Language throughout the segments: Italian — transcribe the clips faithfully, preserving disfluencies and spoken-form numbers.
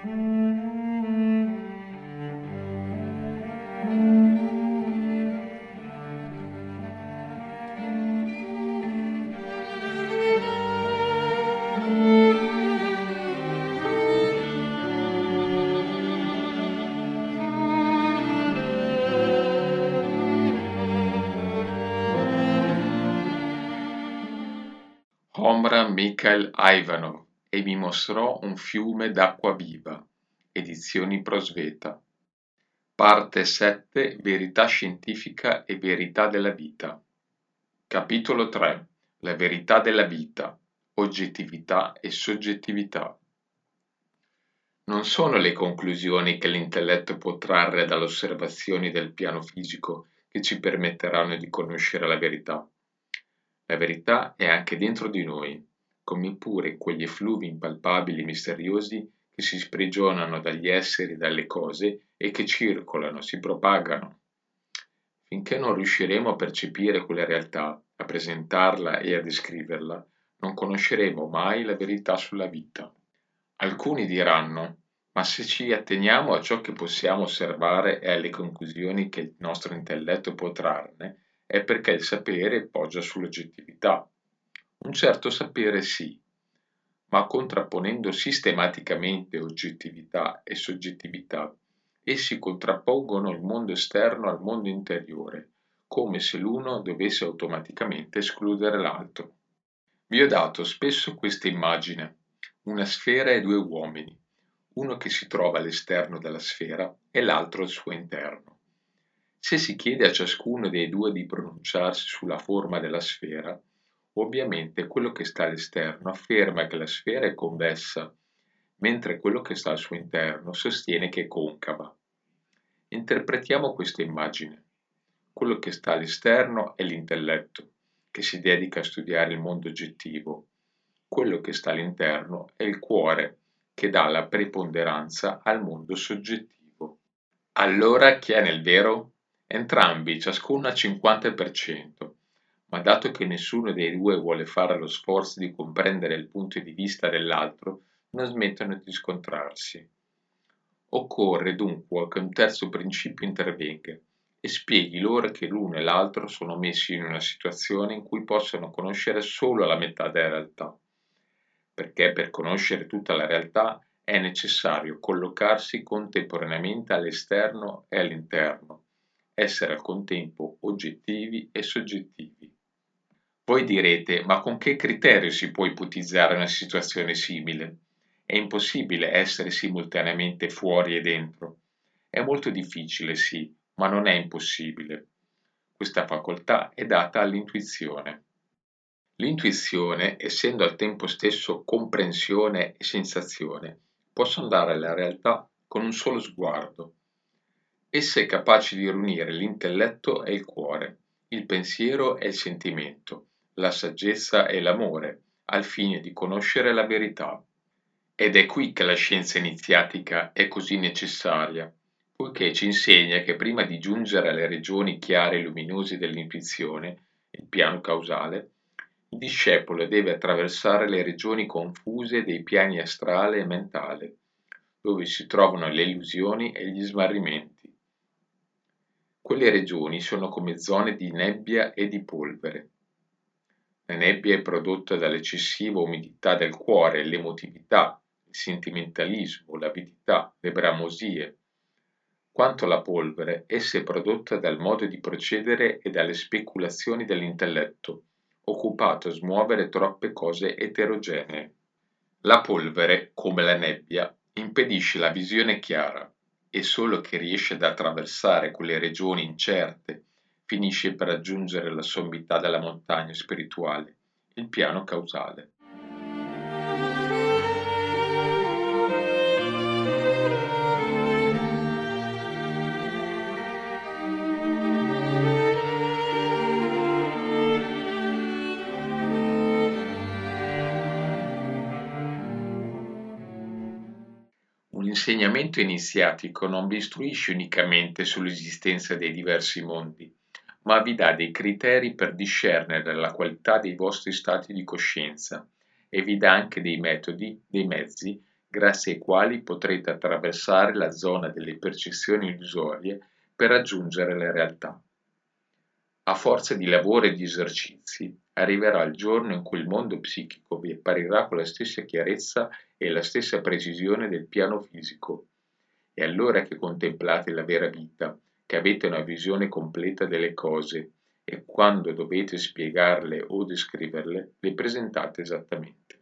Omran Mikhail Ivanov e mi mostrò un fiume d'acqua viva. Edizioni Prosveta. Parte sette. Verità scientifica e verità della vita. Capitolo tre. La verità della vita. Oggettività e soggettività. Non sono le conclusioni che l'intelletto può trarre dalle osservazioni del piano fisico che ci permetteranno di conoscere la verità. La verità è anche dentro di noi, come pure quegli effluvi impalpabili e misteriosi che si sprigionano dagli esseri e dalle cose e che circolano, si propagano. Finché non riusciremo a percepire quella realtà, a presentarla e a descriverla, non conosceremo mai la verità sulla vita. Alcuni diranno, ma se ci atteniamo a ciò che possiamo osservare e alle conclusioni che il nostro intelletto può trarne, è perché il sapere poggia sull'oggettività. Un certo sapere sì, ma contrapponendo sistematicamente oggettività e soggettività, essi contrappongono il mondo esterno al mondo interiore, come se l'uno dovesse automaticamente escludere l'altro. Vi ho dato spesso questa immagine, una sfera e due uomini, uno che si trova all'esterno della sfera e l'altro al suo interno. Se si chiede a ciascuno dei due di pronunciarsi sulla forma della sfera, ovviamente quello che sta all'esterno afferma che la sfera è convessa, mentre quello che sta al suo interno sostiene che è concava. Interpretiamo questa immagine. Quello che sta all'esterno è l'intelletto, che si dedica a studiare il mondo oggettivo. Quello che sta all'interno è il cuore, che dà la preponderanza al mondo soggettivo. Allora chi è nel vero? Entrambi, ciascuno al cinquanta per cento, ma dato che nessuno dei due vuole fare lo sforzo di comprendere il punto di vista dell'altro, non smettono di scontrarsi. Occorre dunque che un terzo principio intervenga e spieghi loro che l'uno e l'altro sono messi in una situazione in cui possono conoscere solo la metà della realtà, perché per conoscere tutta la realtà è necessario collocarsi contemporaneamente all'esterno e all'interno, essere al contempo oggettivi e soggettivi. Voi direte, ma con che criterio si può ipotizzare una situazione simile? È impossibile essere simultaneamente fuori e dentro. È molto difficile, sì, ma non è impossibile. Questa facoltà è data all'intuizione. L'intuizione, essendo al tempo stesso comprensione e sensazione, può sondare la realtà con un solo sguardo. Essa è capace di riunire l'intelletto e il cuore, il pensiero e il sentimento, la saggezza e l'amore, al fine di conoscere la verità. Ed è qui che la scienza iniziatica è così necessaria, poiché ci insegna che prima di giungere alle regioni chiare e luminose dell'intuizione, il piano causale, il discepolo deve attraversare le regioni confuse dei piani astrale e mentale, dove si trovano le illusioni e gli smarrimenti. Quelle regioni sono come zone di nebbia e di polvere. La nebbia è prodotta dall'eccessiva umidità del cuore, l'emotività, il sentimentalismo, l'avidità, le bramosie. Quanto alla polvere, essa è prodotta dal modo di procedere e dalle speculazioni dell'intelletto, occupato a smuovere troppe cose eterogenee. La polvere, come la nebbia, impedisce la visione chiara e solo chi riesce ad attraversare quelle regioni incerte finisce per raggiungere la sommità della montagna spirituale, il piano causale. Un insegnamento iniziatico non vi istruisce unicamente sull'esistenza dei diversi mondi, ma vi dà dei criteri per discernere la qualità dei vostri stati di coscienza e vi dà anche dei metodi, dei mezzi, grazie ai quali potrete attraversare la zona delle percezioni illusorie per raggiungere la realtà. A forza di lavoro e di esercizi, arriverà il giorno in cui il mondo psichico vi apparirà con la stessa chiarezza e la stessa precisione del piano fisico. È allora che contemplate la vera vita, che avete una visione completa delle cose e quando dovete spiegarle o descriverle, le presentate esattamente.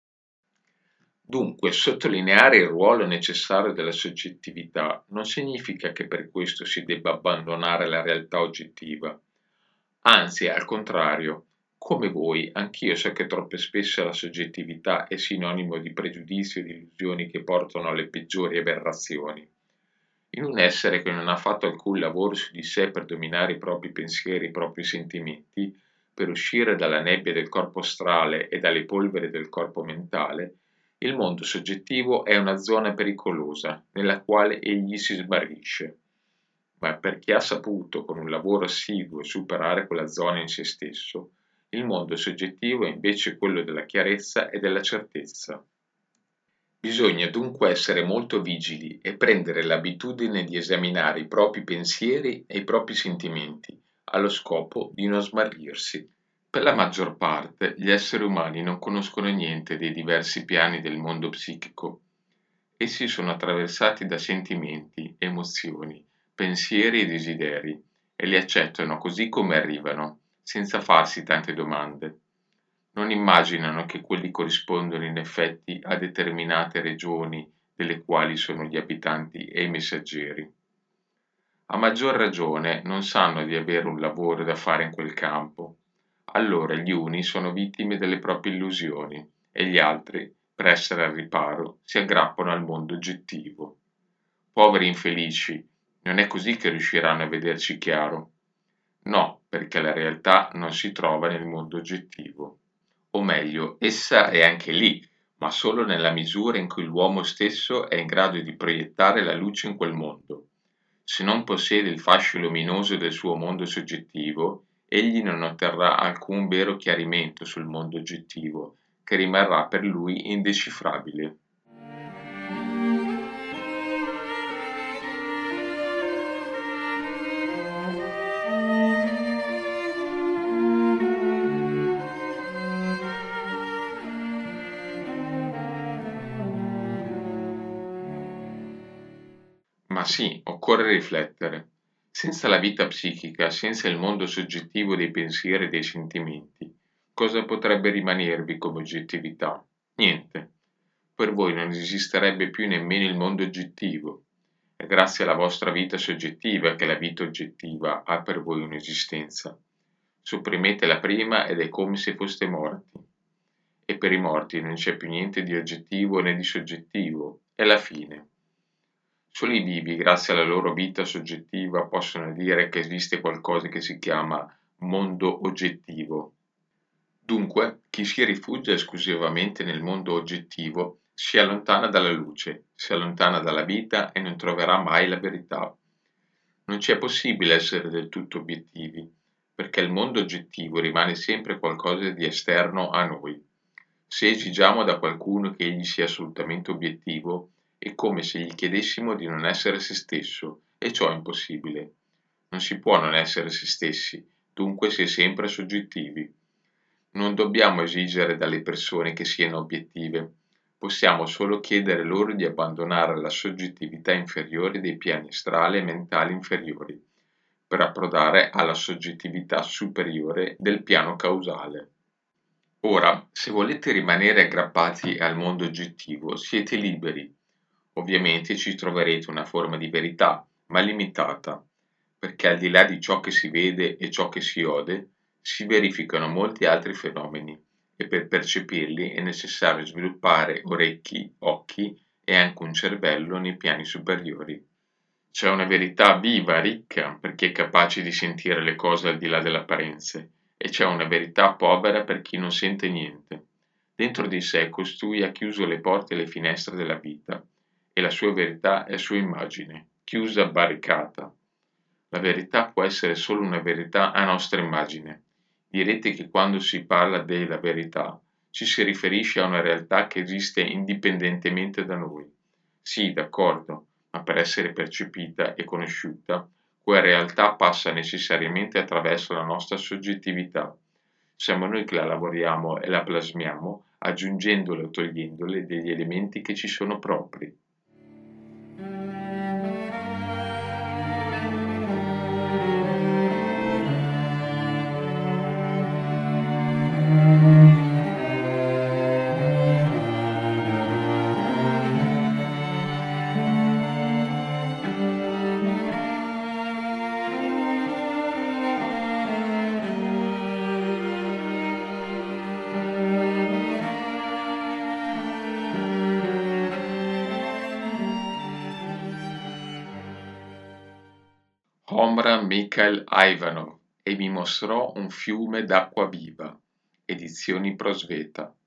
Dunque, sottolineare il ruolo necessario della soggettività non significa che per questo si debba abbandonare la realtà oggettiva. Anzi, al contrario, come voi, anch'io so che troppe spesso la soggettività è sinonimo di pregiudizi e di illusioni che portano alle peggiori aberrazioni. In un essere che non ha fatto alcun lavoro su di sé per dominare i propri pensieri e i propri sentimenti, per uscire dalla nebbia del corpo astrale e dalle polveri del corpo mentale, il mondo soggettivo è una zona pericolosa nella quale egli si smarrisce. Ma per chi ha saputo con un lavoro assiduo superare quella zona in se stesso, il mondo soggettivo è invece quello della chiarezza e della certezza. Bisogna dunque essere molto vigili e prendere l'abitudine di esaminare i propri pensieri e i propri sentimenti, allo scopo di non smarrirsi. Per la maggior parte gli esseri umani non conoscono niente dei diversi piani del mondo psichico. Essi sono attraversati da sentimenti, emozioni, pensieri e desideri e li accettano così come arrivano, senza farsi tante domande. Non immaginano che quelli corrispondono in effetti a determinate regioni delle quali sono gli abitanti e i messaggeri. A maggior ragione non sanno di avere un lavoro da fare in quel campo. Allora gli uni sono vittime delle proprie illusioni e gli altri, per essere al riparo, si aggrappano al mondo oggettivo. Poveri infelici, non è così che riusciranno a vederci chiaro. No, perché la realtà non si trova nel mondo oggettivo. O meglio, essa è anche lì, ma solo nella misura in cui l'uomo stesso è in grado di proiettare la luce in quel mondo. Se non possiede il fascio luminoso del suo mondo soggettivo, egli non otterrà alcun vero chiarimento sul mondo oggettivo, che rimarrà per lui indecifrabile. Ma sì, occorre riflettere. Senza la vita psichica, senza il mondo soggettivo dei pensieri e dei sentimenti, cosa potrebbe rimanervi come oggettività? Niente. Per voi non esisterebbe più nemmeno il mondo oggettivo. È grazie alla vostra vita soggettiva che la vita oggettiva ha per voi un'esistenza. Sopprimete la prima ed è come se foste morti. E per i morti non c'è più niente di oggettivo né di soggettivo, è la fine. Solo i vivi, grazie alla loro vita soggettiva, possono dire che esiste qualcosa che si chiama mondo oggettivo. Dunque, chi si rifugia esclusivamente nel mondo oggettivo si allontana dalla luce, si allontana dalla vita e non troverà mai la verità. Non ci è possibile essere del tutto obiettivi, perché il mondo oggettivo rimane sempre qualcosa di esterno a noi. Se esigiamo da qualcuno che egli sia assolutamente obiettivo, è come se gli chiedessimo di non essere se stesso, e ciò è impossibile. Non si può non essere se stessi, dunque si è sempre soggettivi. Non dobbiamo esigere dalle persone che siano obiettive, possiamo solo chiedere loro di abbandonare la soggettività inferiore dei piani astrali e mentali inferiori, per approdare alla soggettività superiore del piano causale. Ora, se volete rimanere aggrappati al mondo oggettivo, siete liberi. Ovviamente ci troverete una forma di verità, ma limitata, perché al di là di ciò che si vede e ciò che si ode, si verificano molti altri fenomeni e per percepirli è necessario sviluppare orecchi, occhi e anche un cervello nei piani superiori. C'è una verità viva, ricca, per chi è capace di sentire le cose al di là delle apparenze, e c'è una verità povera per chi non sente niente. Dentro di sé costui ha chiuso le porte e le finestre della vita, e la sua verità è sua immagine, chiusa, barricata. La verità può essere solo una verità a nostra immagine. Direte che quando si parla della verità ci si riferisce a una realtà che esiste indipendentemente da noi. Sì, d'accordo, ma per essere percepita e conosciuta, quella realtà passa necessariamente attraverso la nostra soggettività. Siamo noi che la lavoriamo e la plasmiamo, aggiungendole o togliendole degli elementi che ci sono propri. Omran Mikhail Ivanov e mi mostrò un fiume d'acqua viva. Edizioni Prosveta.